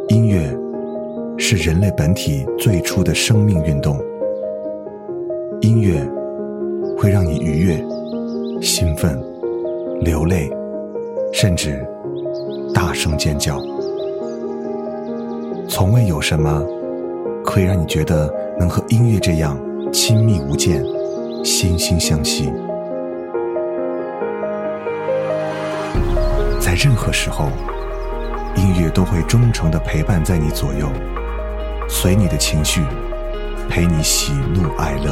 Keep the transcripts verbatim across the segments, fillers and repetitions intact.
音乐是人类本体最初的生命运动，音乐会让你愉悦、兴奋、流泪，甚至大声尖叫。从未有什么可以让你觉得能和音乐这样亲密无间、惺惺相惜。在任何时候，音乐都会忠诚地陪伴在你左右，随你的情绪，陪你喜怒哀乐。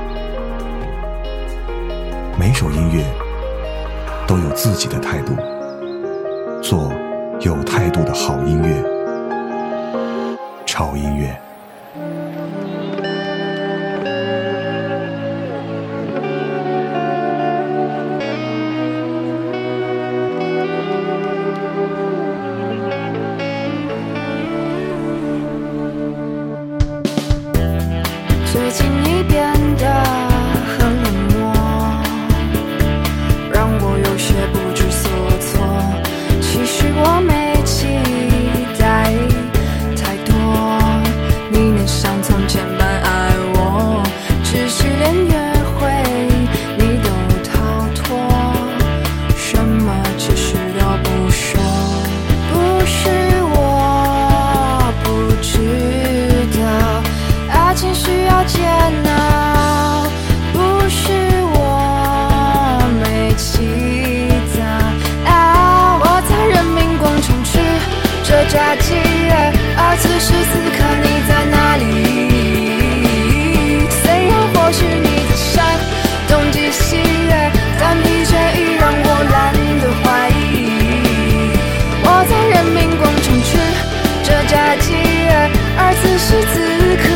每首音乐都有自己的态度，做有态度的好音乐。潮音乐。 最近你变得很冷漠，让我有些不知所措。其实我没期待太多，你能像从前般爱我，只是连约会你都逃脱，什么解释都不说。不是我不知道爱情需要煎熬，不是我没期待啊！我在人民广场吃着炸鸡，而此时此刻你在哪里？虽然或许你在山东极西，但疲倦已让我懒得怀疑。我在人民广场吃着炸鸡，而此时此刻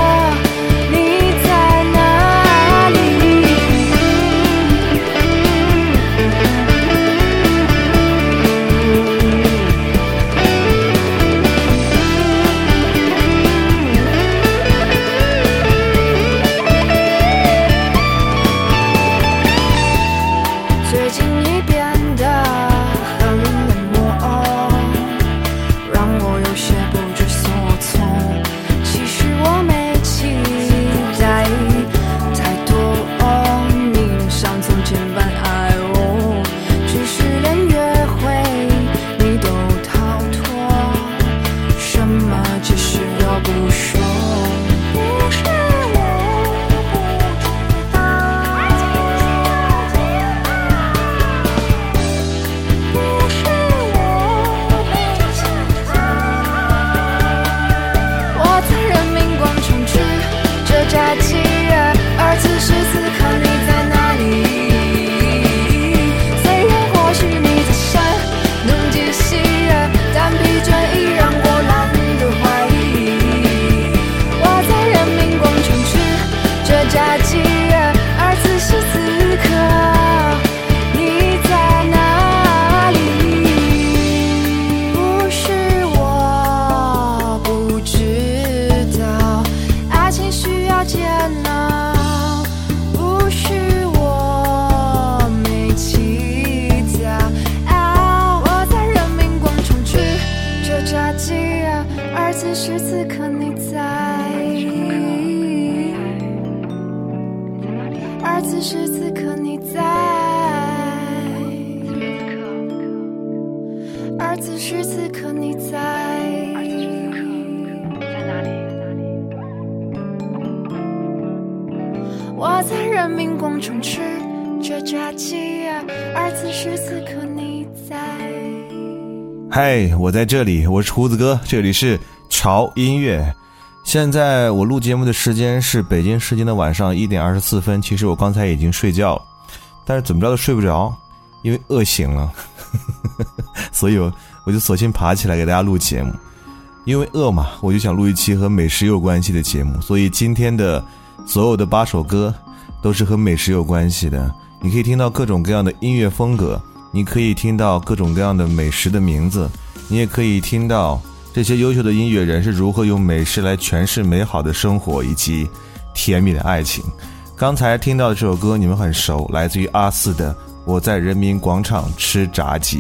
我在人民广场吃着炸鸡，而此时此刻你在。 嗨，我在这里，我是胡子哥，这里是潮音乐。现在我录节目的时间是北京时间的晚上一点二十四分。其实我刚才已经睡觉了，但是怎么着都睡不着，因为饿醒了，所以我我就索性爬起来给大家录节目。因为饿嘛，我就想录一期和美食有关系的节目，所以今天的所有的八首歌都是和美食有关系的。你可以听到各种各样的音乐风格，你可以听到各种各样的美食的名字，你也可以听到这些优秀的音乐人是如何用美食来诠释美好的生活以及甜蜜的爱情。刚才听到的这首歌你们很熟，来自于阿四的《我在人民广场吃炸鸡》。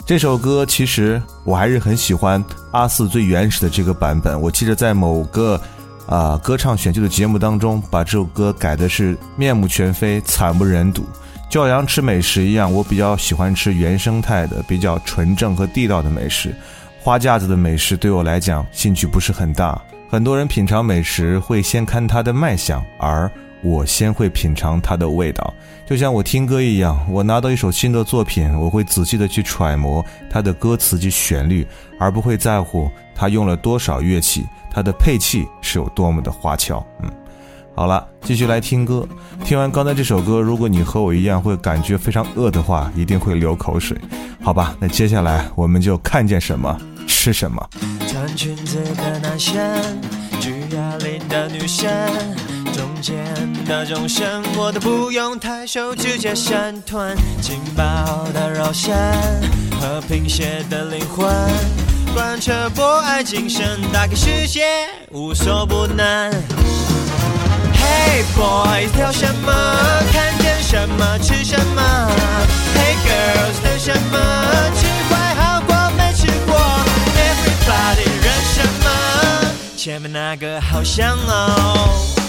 这首歌其实我还是很喜欢阿四最原始的这个版本，我记得在某个啊、呃、歌唱选秀的节目当中，把这首歌改的是面目全非，惨不忍睹。就好像吃美食一样，我比较喜欢吃原生态的比较纯正和地道的美食，花架子的美食对我来讲兴趣不是很大。很多人品尝美食会先看它的卖相，而我先会品尝它的味道。就像我听歌一样，我拿到一首新的作品，我会仔细的去揣摩它的歌词及旋律，而不会在乎它用了多少乐器，它的配器是有多么的花俏。嗯，好了，继续来听歌。听完刚才这首歌，如果你和我一样会感觉非常饿的话，一定会流口水。好吧，那接下来我们就看见什么吃什么。 穿裙子的男生，举哑铃的女生，中间的众生我都不用抬手直接闪团，劲爆的肉身和贫血的灵魂，贯彻博爱精神，打开世界无所不能。Hey boys， 挑什么？看见什么吃什么 ？Hey girls， 等什么？吃坏好过没吃过 ？Everybody， 忍什么？前面那个好香哦。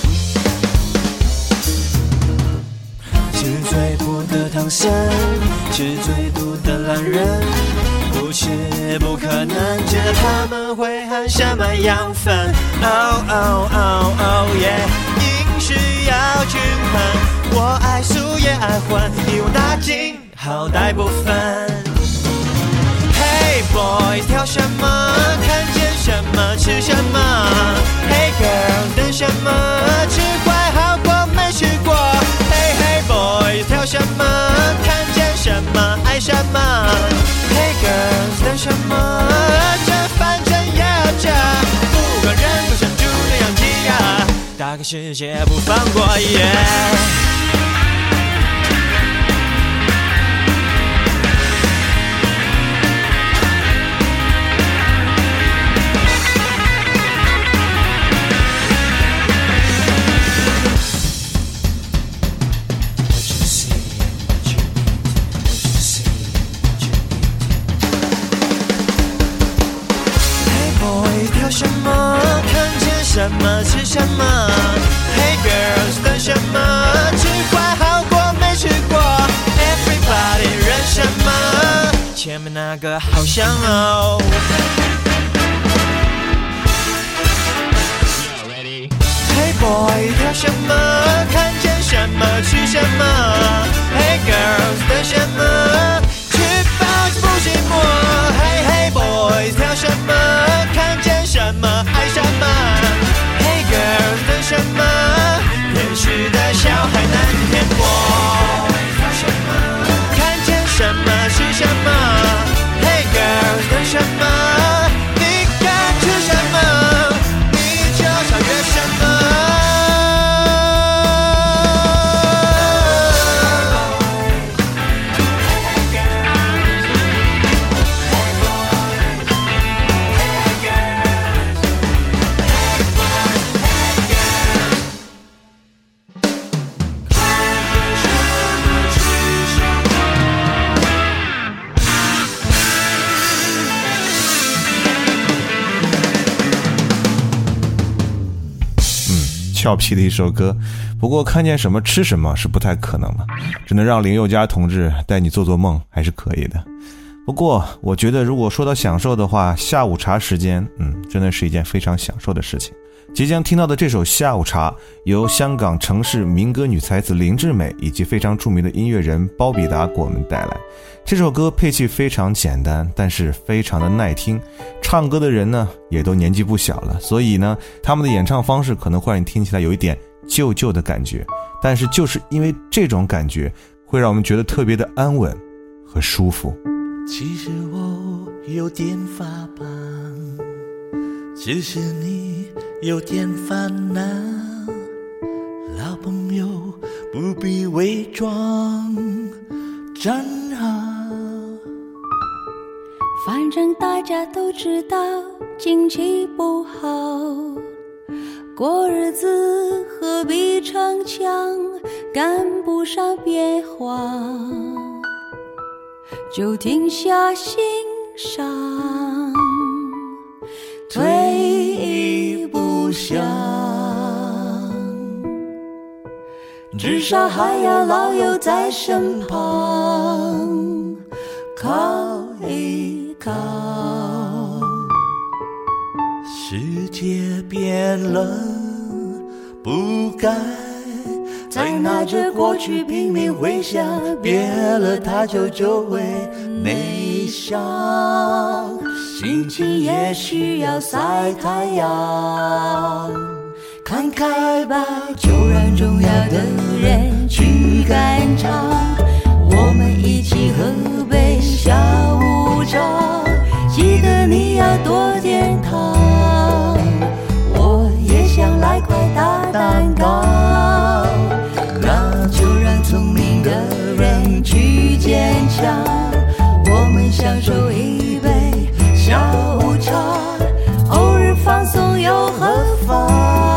吃最补的唐僧，吃最毒的懒人，不吃不可能，知道他们会含什么养分 ？Oh oh oh oh yeah。是要均衡，我爱素也爱荤，一网打尽，好歹不分。Hey boys， 挑什么？看见什么吃什么 ？Hey girls， 等什么？吃坏好过没吃过 ？Hey hey boys， 挑什么？看见什么爱什么 ？Hey girls， 等什么？这反正也要这，不管人多想猪的养鸡呀。打开世界不放过耶、yeah什么吃什么 Hey girls 等什么吃坏好过没吃过 Everybody 忍什么前面那个好香哦 Hey boy 挑什么看见什么吃什么 Hey girls 等什么吃饱就不寂寞 Hey hey boys 挑什么看见什么爱什么等什么？天使的小孩难填过。看见什么是什么 ？Hey girls， 等什么？你敢吃什么？你就超越什么？ 俏皮的一首歌，不过看见什么吃什么是不太可能了，只能让林宥嘉同志带你做做梦还是可以的。不过我觉得如果说到享受的话，下午茶时间嗯，真的是一件非常享受的事情。即将听到的这首下午茶由香港城市民歌女才子林志美以及非常著名的音乐人包比达给我们带来。这首歌配器非常简单，但是非常的耐听，唱歌的人呢也都年纪不小了，所以呢他们的演唱方式可能会让你听起来有一点旧旧的感觉，但是就是因为这种感觉会让我们觉得特别的安稳和舒服。 其实我有点发胖，只是你有点烦恼，老朋友不必伪装，真好。 反正大家都知道经济不好，过日子何必逞强，赶不上变化。 就停下欣赏，退一步想，至少还要老友在身旁靠一靠。 世界变了，不该再拿着过去拼命回想，别了它就就会内伤，心情也需要晒太阳。 看开吧，就让重要的人去赶场，我们一起喝杯下午茶，记得你要多点糖，我也想来块大蛋糕。那就让聪明的人去坚强，我们享受一杯下午茶，偶尔放松又何妨，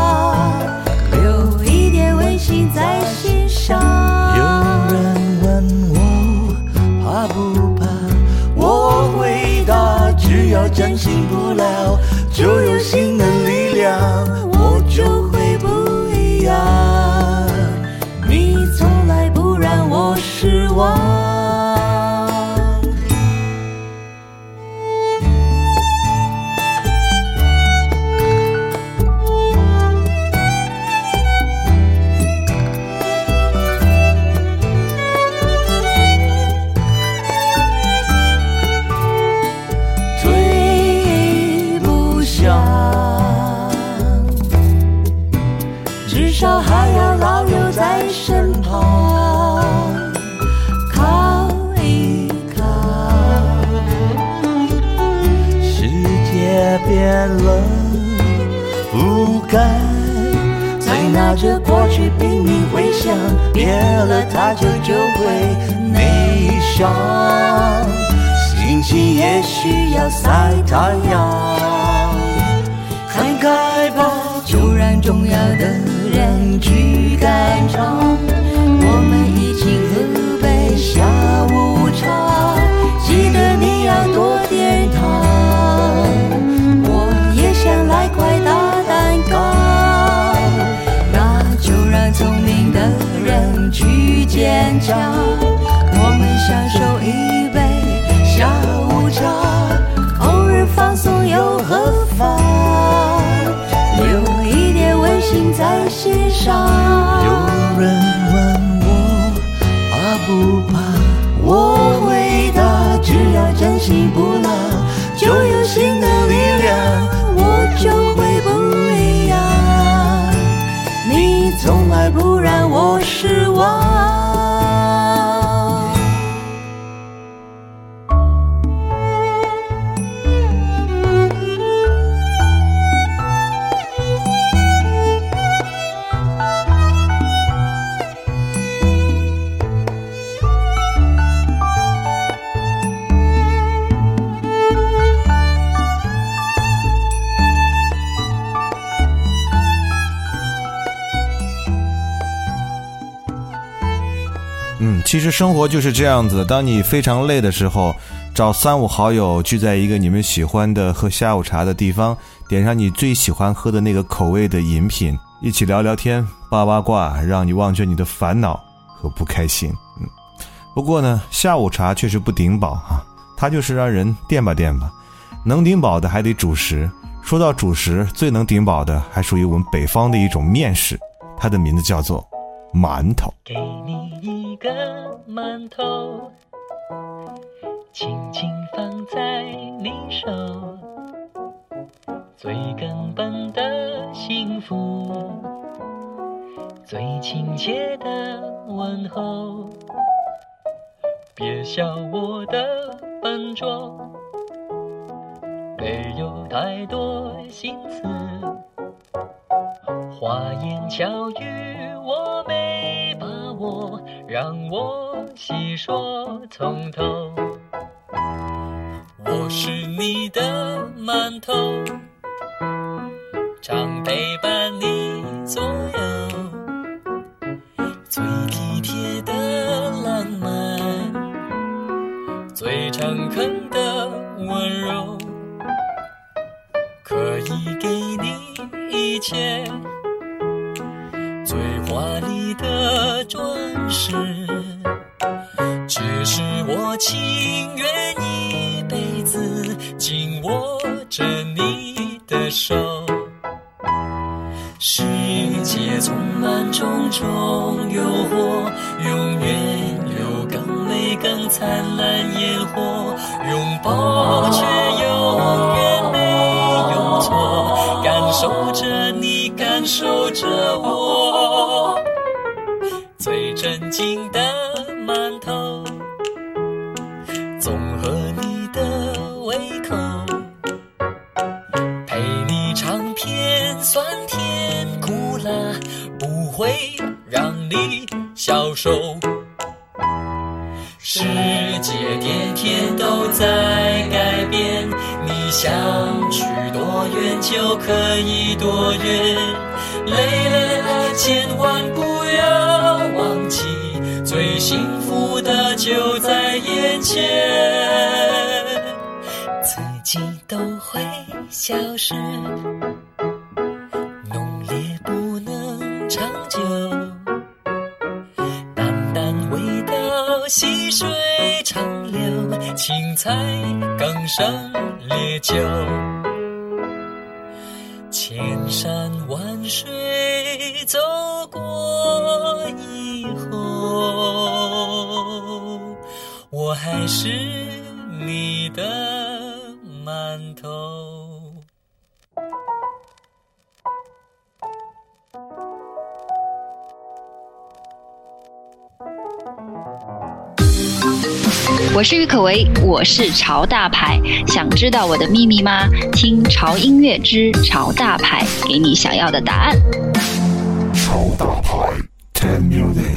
留一点温馨在心上。 有人问我怕不怕，我回答只要真心不老，就有新的力量，我就会不一样。 你从来不让我失望。至少还要老友在身旁靠一靠。 世界变了，不该再拿着过去拼命回想，别了它就就会内伤，心情也需要晒太阳。看开吧， 就让重要的人去赶场，我们一起喝杯下午茶，记得你要多点糖，我也想来块大蛋糕。那就让聪明的人去坚强，我们享受一杯下午茶，偶尔放松又何妨，留一点温馨在心上。 有人问我怕不怕，我回答只要真心不老，就有新的力量， 我就会不一样。你从来不让我失望。 嗯，其实生活就是这样子，当你非常累的时候，找三五好友聚在一个你们喜欢的喝下午茶的地方，点上你最喜欢喝的那个口味的饮品，一起聊聊天八八卦，让你忘却你的烦恼和不开心。嗯，不过呢，下午茶确实不顶饱啊，它就是让人垫吧垫吧，能顶饱的还得主食。说到主食，最能顶饱的还属于我们北方的一种面食，它的名字叫做馒头。 给你一个馒头，轻轻放在你手，最根本的幸福，最亲切的问候。别笑我的笨拙，没有太多心思，花言巧语我没把握，让我细说从头。我是你的馒头，常陪伴你左右，最体贴的浪漫，最已给你一切，最华丽的装饰，只是我情愿一辈子紧握着你的手。世界充满种种诱惑，永远有更美更灿烂烟火，拥抱却永远没有错，感受着你，感受着我，最真经的馒头，综合你的胃口，陪你尝遍酸甜苦辣，不会让你消瘦。世界天天都在改变，你想去多远就可以多远，累了千万不要忘记，最幸福的就在眼前，自己都会消失，浓烈不能长久，淡淡味道细水长流，青菜更胜烈酒，千山万水走过以后，我还是你的馒头。 我是郁可唯，我是潮大牌。想知道我的秘密吗？听潮音乐之潮大牌，给你想要的答案。 潮大牌 Ten Music。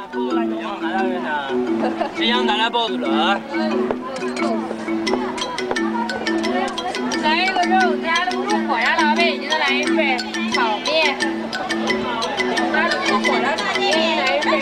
这样拿来包子了。来一个肉夹的不火烧老北京的来一份炒面，夹的不火烧炒面来一份。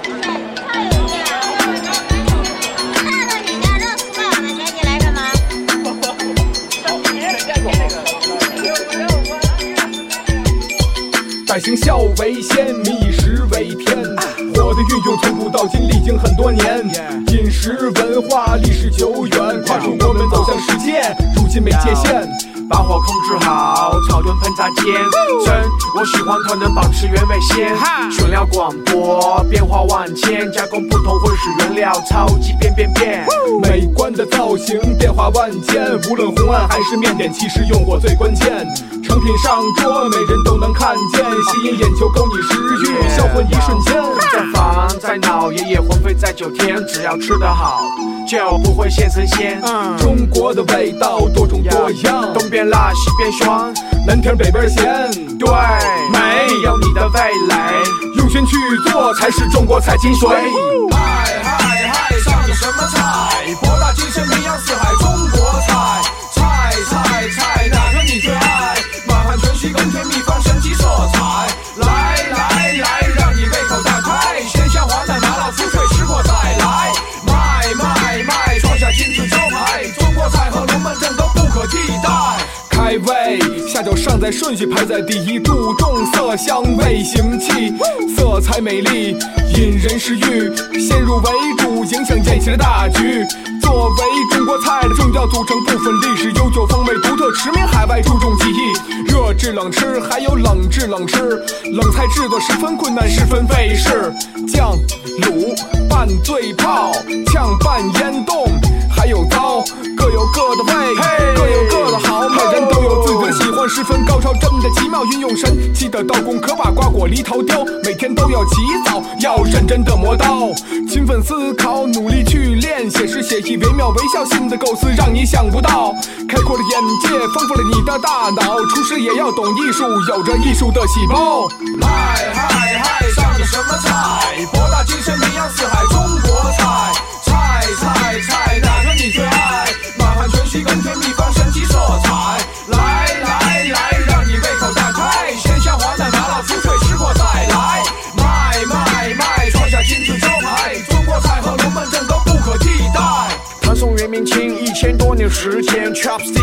百姓孝为先，民以食为天。活的运用从古到今，历经很多年。饮食文化历史久远，跨出国门走向世界，如今没界限。 把火控制好，草墩喷炸间。真，我喜欢可能保持原味鲜。选料广博，变化万千，加工不同混使原料，超级变变变。 美观的造型变化万千，无论红案还是面点，其实用火最关键。成品上桌，每人都能看见，吸引眼球，勾你食欲，销魂一瞬间。 在烦在恼，夜夜魂飞在九天，只要吃得好，就不会现成鲜。 嗯、中国的味道多种多样， 东边辣西边酸， 南甜北边咸。 对，没有你的味蕾， 用心去做才是中国菜精髓。 嗨嗨嗨，上的什么菜？博大精深，名扬四海，中国菜。菜菜菜，哪个你最爱？满汉全席，更添秘方，神奇色彩。来来来，让你胃口大开，鲜香滑嫩，麻辣酥脆，吃过再来。卖卖卖，创下金字招牌，中国菜和龙门阵都不可替代。 开胃，下酒上菜顺序排在第一，注重色香味形气，色彩美丽引人食欲，先入为主影响宴席的大局。作为中国菜的重要组成部分，历史悠久，风味独特，驰名海外，注重技艺。热制冷吃，还有冷制冷吃，冷菜制作十分困难，十分费事。酱、卤、拌、醉泡、炝拌、腌冻，还有糟，各有各的味，各有各的好，每人都有自己的喜欢，十分高超，真的奇妙，运用神奇的刀工，可把瓜果梨桃雕，每天都要起早，要认真的磨刀，勤奋思考，努力去练，写诗写意惟妙惟肖，新的构思让你想不到，开阔了眼界，丰富了你的大脑，厨师也要懂艺术，有着艺术的细胞。 嗨嗨嗨，上的什么菜？博大精深，名扬四海，中国菜。菜菜菜，哪个你最爱？满汉全席，更添秘方，神奇色彩。来来来，让你胃口大开，鲜香滑嫩，麻辣酥脆，吃过再来。卖卖卖，创下金字招牌，中国菜和龙门阵都不可替代。唐宋元明清一千多年时间 ，Chopstick 圈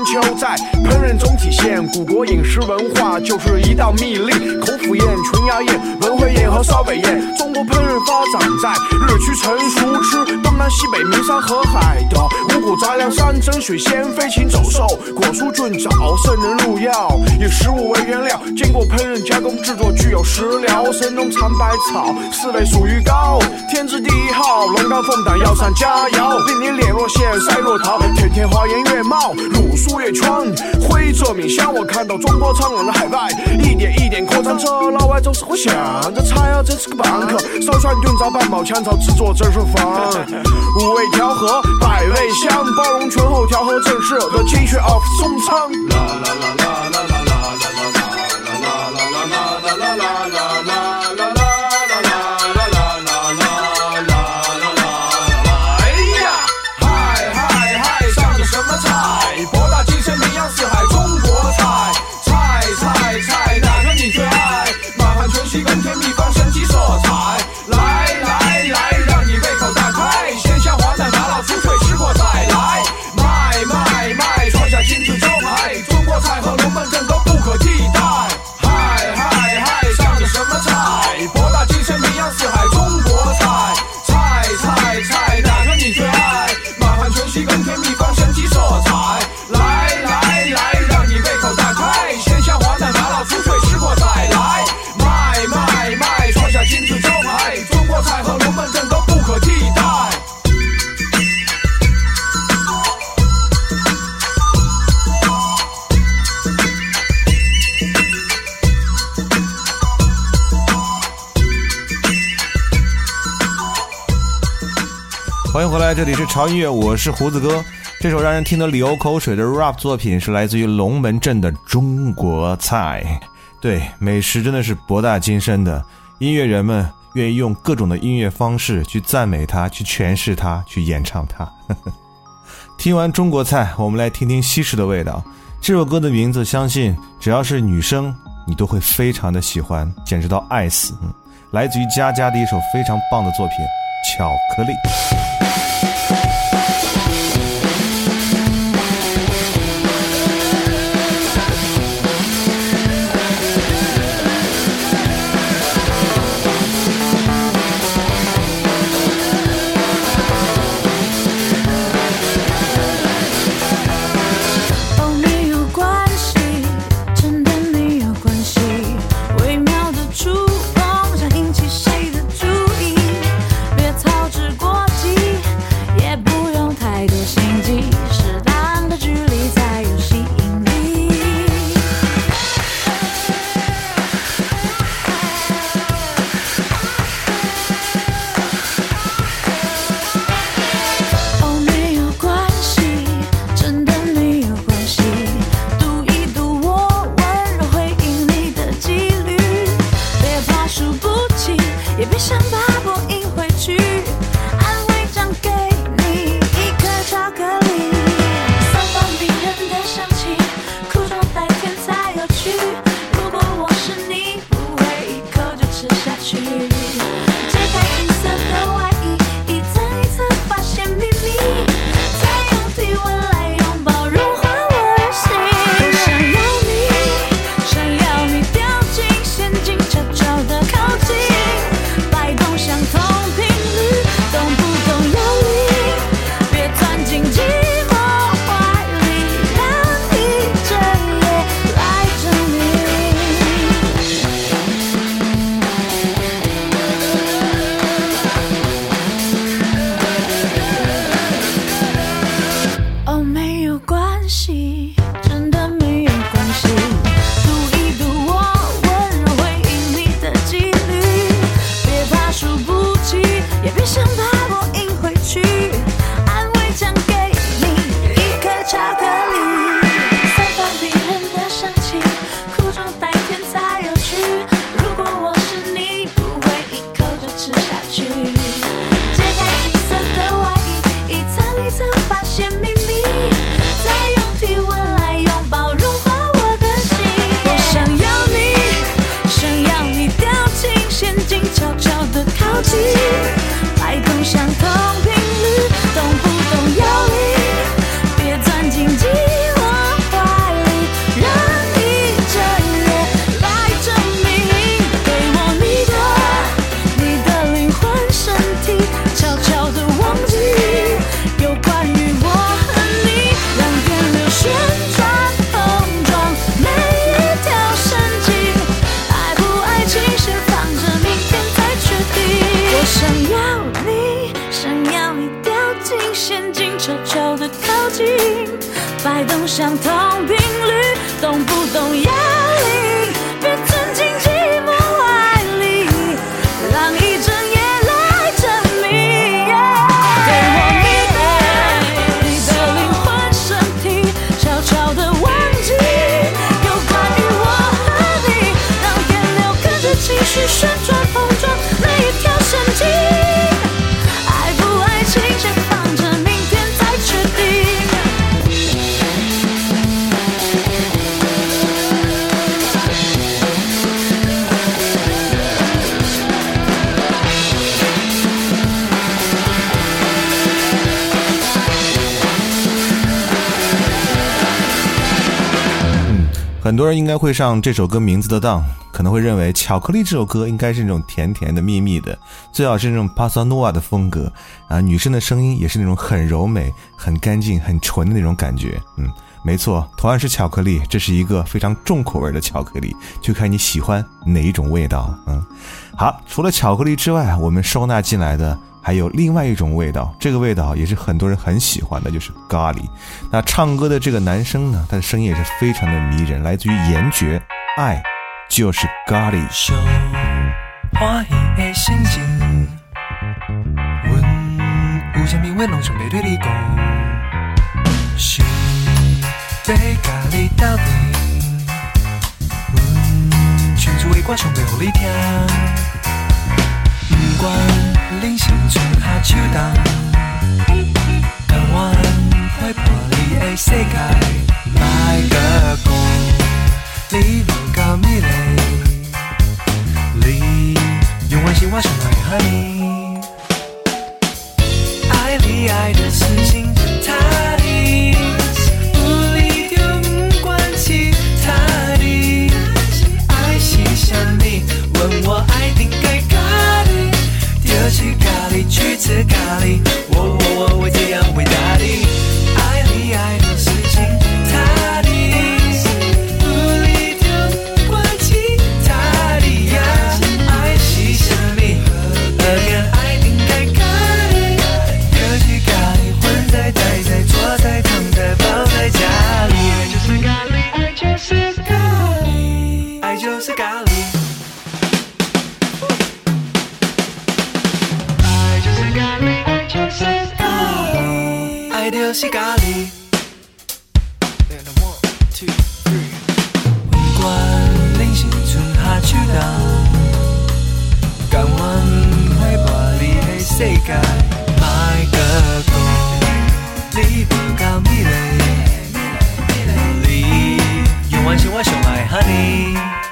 秋在烹饪中体现，古国饮食文化就是一道秘令。口腹宴、琼崖宴、文汇宴和烧北宴，中国烹饪发展在日趋成熟，吃东南西北名山河海的五谷杂粮，山珍水鲜、飞禽走兽、果蔬菌藻，圣人入药，以食物为原料，经过烹饪加工制作，具有食疗。神农尝百草，四味属于高，天之第一号，龙肝凤胆药膳佳肴，令你脸若现，腮若桃，天天花颜越茂，乳酥越圈，徽浙闽香。我看到中国苍老的海外，一点一点扩张着，老外总是会想这菜啊，真是个棒客，烧涮炖炸半煲炝炒制作真是烦，五味调和，百味香，包容醇厚调和正式的精血 of 中餐。啦啦啦啦啦啦啦啦啦啦啦啦啦啦啦啦。 欢迎回来，这里是潮音乐，我是胡子哥。这首让人听得流口水的 rap 作品是来自于龙门阵的中国菜。对，美食真的是博大精深的，音乐人们愿意用各种的音乐方式去赞美它，去诠释它，去演唱它。听完中国菜，我们来听听西式的味道。这首歌的名字相信只要是女生你都会非常的喜欢，简直到爱死。嗯，来自于佳佳的一首非常棒的作品《巧克力》。 发现秘密，再用体温动相同频率，懂不懂压力？别曾经寂寞怀里，让一整夜来证明。给我你的你的灵魂身体，悄悄地忘记有关于我和你，让电流跟着情绪旋转碰撞每一条神经。爱不爱情先放着，明天再决定。 很多人应该会上这首歌名字的当，可能会认为巧克力这首歌应该是那种甜甜的蜜蜜的，最好是那种帕萨诺瓦的风格啊，女生的声音也是那种很柔美很干净很纯的那种感觉。嗯，没错，同样是巧克力，这是一个非常重口味的巧克力，就看你喜欢哪一种味道。嗯，好，除了巧克力之外，我们收纳进来的还有另外一种味道，这个味道也是很多人很喜欢的，就是咖喱。那唱歌的这个男生呢，他的声音也是非常的迷人，来自于严爵，爱就是咖喱。 受欢喜的心情，阮有啥物话拢想要对你讲，想要甲你斗阵，阮唱出的歌想要互你听，不管人生春夏秋冬，甘愿陪伴你的世界，莫搁讲你无够美丽，你永远是我上爱的 honey， 爱你爱的事情他的，不理就不管其他的，爱是什么？问我爱定该咖喱，就是咖喱，去吃咖喱，我我我会这样回答你。爱你爱的事情他的，不理就不管其他的呀，爱是什么？何天爱定该咖喱，就是咖喱，混在待在坐在躺在抱在家里，爱就是咖喱，爱就是咖喱，爱就是咖喱。爱就是咖喱，不管人生春夏秋冬，甘愿陪伴你的世界，莫搁讲你不够美丽，你永远是我上爱的 honey，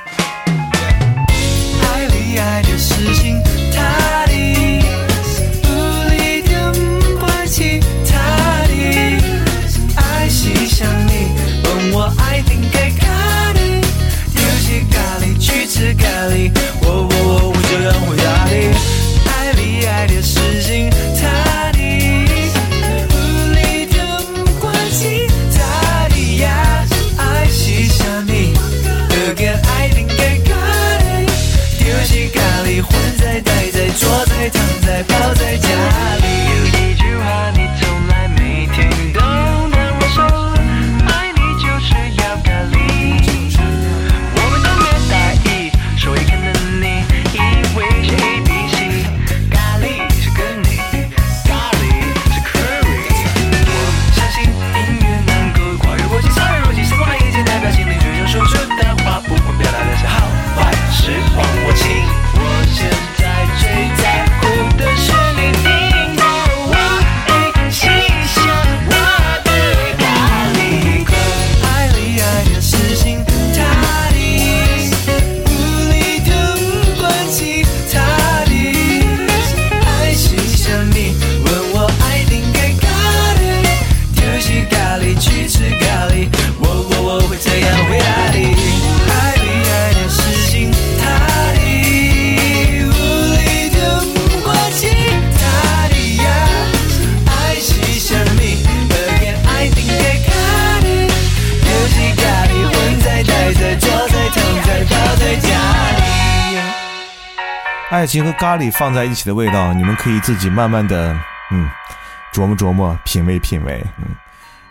爱你爱的事情他的，不理就不管其他的，爱是什么？问我爱定该咖喱，就是咖喱，去吃咖喱，我我我我这样回答你。爱你爱的事情他的，不理就不管其他的呀，爱是什么？这个爱定该咖喱，就是咖喱，混在待在坐在躺在抱在家里。有一句话你从来没听懂，但我说爱你就是要咖喱，我们都没在意，所以可能你以为是 A B C， 咖喱是跟你，咖喱是 curry， 我相信音乐能够跨越国际，超越逻辑，时光的一切代表心灵最想说出的话，不管表达的是好坏，是忘我情，我现在最在乎的是你听到我的心想，我的咖喱块，爱你爱的事情他的，不理就不管其他的，爱是什么？问我爱定该咖喱，就是咖喱，去吃咖喱，我我我会这样回答你。爱你爱的事情他的，不理就不管其他的呀，爱是什么？何天爱定该咖喱，就是咖喱，混在待在坐在躺在抱在家里。 爱情和咖喱放在一起的味道，你们可以自己慢慢的嗯琢磨琢磨，品味品味。嗯，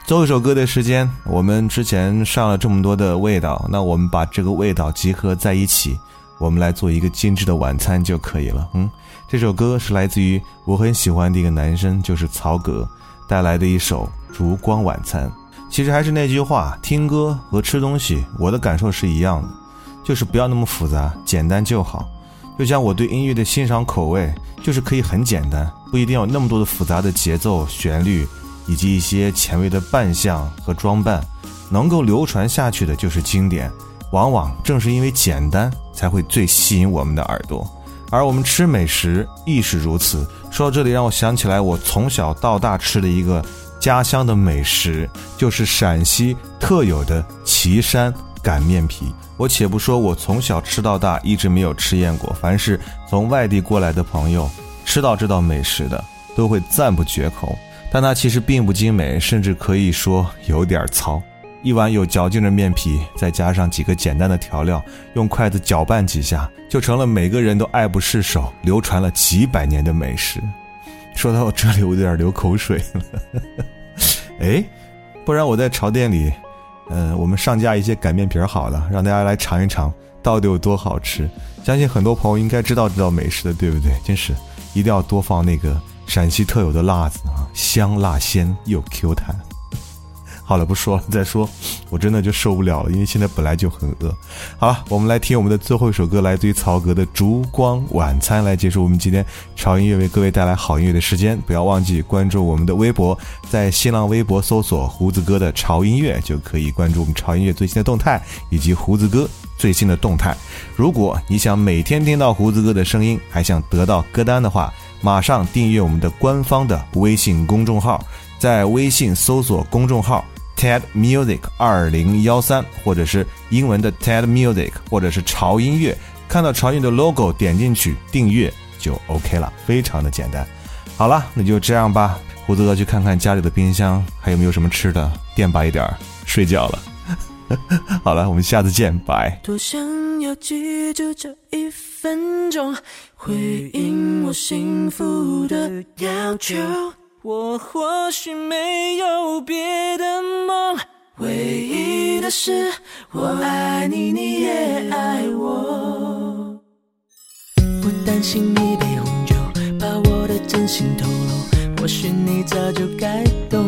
最后一首歌的时间，我们之前上了这么多的味道，那我们把这个味道集合在一起，我们来做一个精致的晚餐就可以了。嗯，这首歌是来自于我很喜欢的一个男生，就是曹格带来的一首烛光晚餐。其实还是那句话，听歌和吃东西我的感受是一样的，就是不要那么复杂，简单就好。就像我对音乐的欣赏口味，就是可以很简单，不一定有那么多的复杂的节奏、旋律以及一些前卫的扮相和装扮，能够流传下去的就是经典。往往正是因为简单才会最吸引我们的耳朵，而我们吃美食亦是如此。说到这里，让我想起来我从小到大吃的一个家乡的美食，就是陕西特有的岐山擀面皮。我且不说我从小吃到大一直没有吃厌过，凡是从外地过来的朋友吃到这道美食的都会赞不绝口，但它其实并不精美，甚至可以说有点糙。一碗有嚼劲的面皮，再加上几个简单的调料，用筷子搅拌几下，就成了每个人都爱不释手、流传了几百年的美食。说到这里我有点流口水了哎，不然我在潮店里呃，我们上架一些擀面皮好了，让大家来尝一尝到底有多好吃。相信很多朋友应该知道这道美食的，对不对？真是一定要多放那个陕西特有的辣子啊，香辣鲜又 Q 弹。好了，不说了，再说我真的就受不了了，因为现在本来就很饿。好了，我们来听我们的最后一首歌，来自于曹格的《烛光晚餐》，来结束我们今天潮音乐为各位带来好音乐的时间。不要忘记关注我们的微博，在新浪微博搜索胡子哥的潮音乐，就可以关注我们潮音乐最新的动态以及胡子哥最新的动态。如果你想每天听到胡子哥的声音，还想得到歌单的话，马上订阅我们的官方的微信公众号，在微信搜索公众号T E D Music 二零一三，或者是英文的 T E D Music， 或者是潮音乐，看到潮音乐的 logo 点进去订阅就 OK 了，非常的简单。好了，那就这样吧，胡子哥去看看家里的冰箱还有没有什么吃的，垫吧一点，睡觉了好了，我们下次见，拜。 多想要记住这一分钟，回应我幸福的要求。我或许没有别的梦，唯一的是我爱你，你也爱我。不担心一杯红酒把我的真心透露，或许你早就该懂。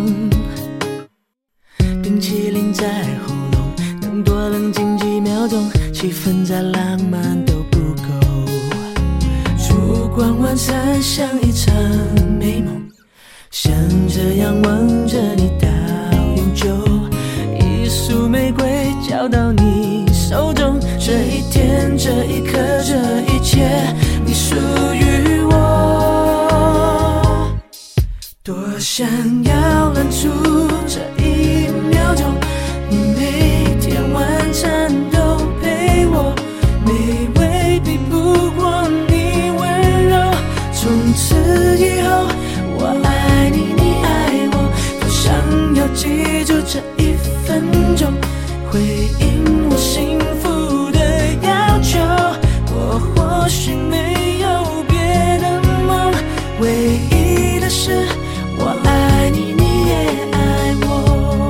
冰淇淋在喉咙，能多冷静几秒钟，气氛再浪漫都不够。烛光晚餐像一场美梦，像这样望着你到永久，一束玫瑰交到你手中，这一天这一刻这一切你属于我。多想要拦住这一秒钟，你每天晚餐都陪我，美味比不过你温柔，从此以后我爱你，你爱我。多想要记住这一分钟，回应我幸福的要求。我或许没有别的梦，唯一的是我爱你，你也爱我。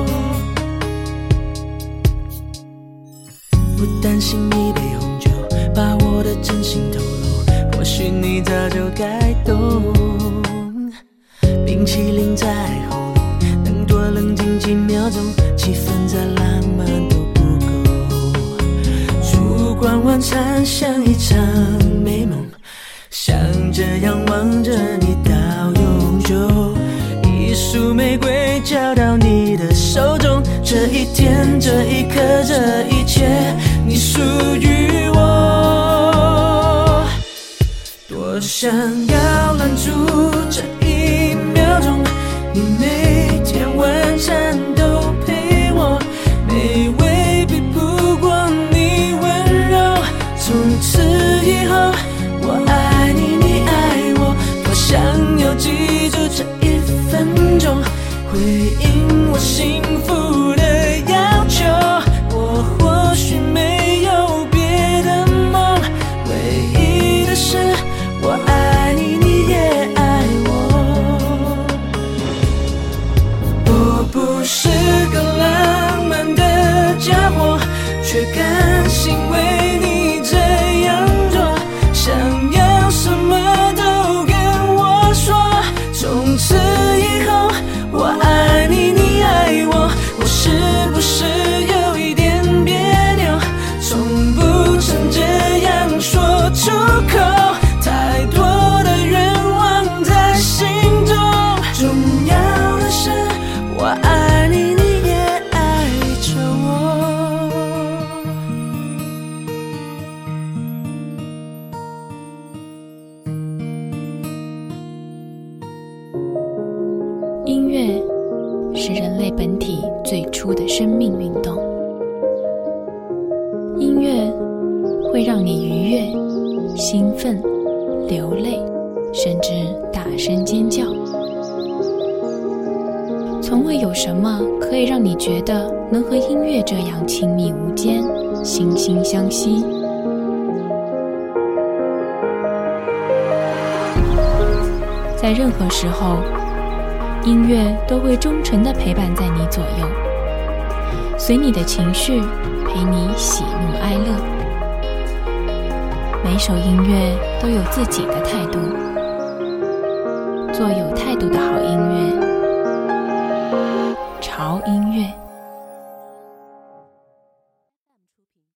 不担心一杯红酒把我的真心透露，或许你早就该懂。冰淇淋在喉咙，能多冷静几秒钟，气氛再浪漫都不够。烛光晚餐像一场美梦，像这样望着你到永久，一束玫瑰交到你的手中，这一天这一刻这一切你属于我。多想要拦住这一秒钟，你每天晚餐都陪我，美味比不过你温柔，从此以后我爱你，你爱我。多想要记住这一分钟，回应我幸福的要求。我或许没有别的梦，唯一的是我爱你，你也爱我。 运动。音乐会让你愉悦、兴奋、流泪，甚至大声尖叫。从未有什么可以让你觉得能和音乐这样亲密无间、惺惺相惜。在任何时候，音乐都会忠诚地陪伴在你左右，随你的情绪，陪你喜怒哀乐。每首音乐都有自己的态度，做有态度的好音乐。潮音乐。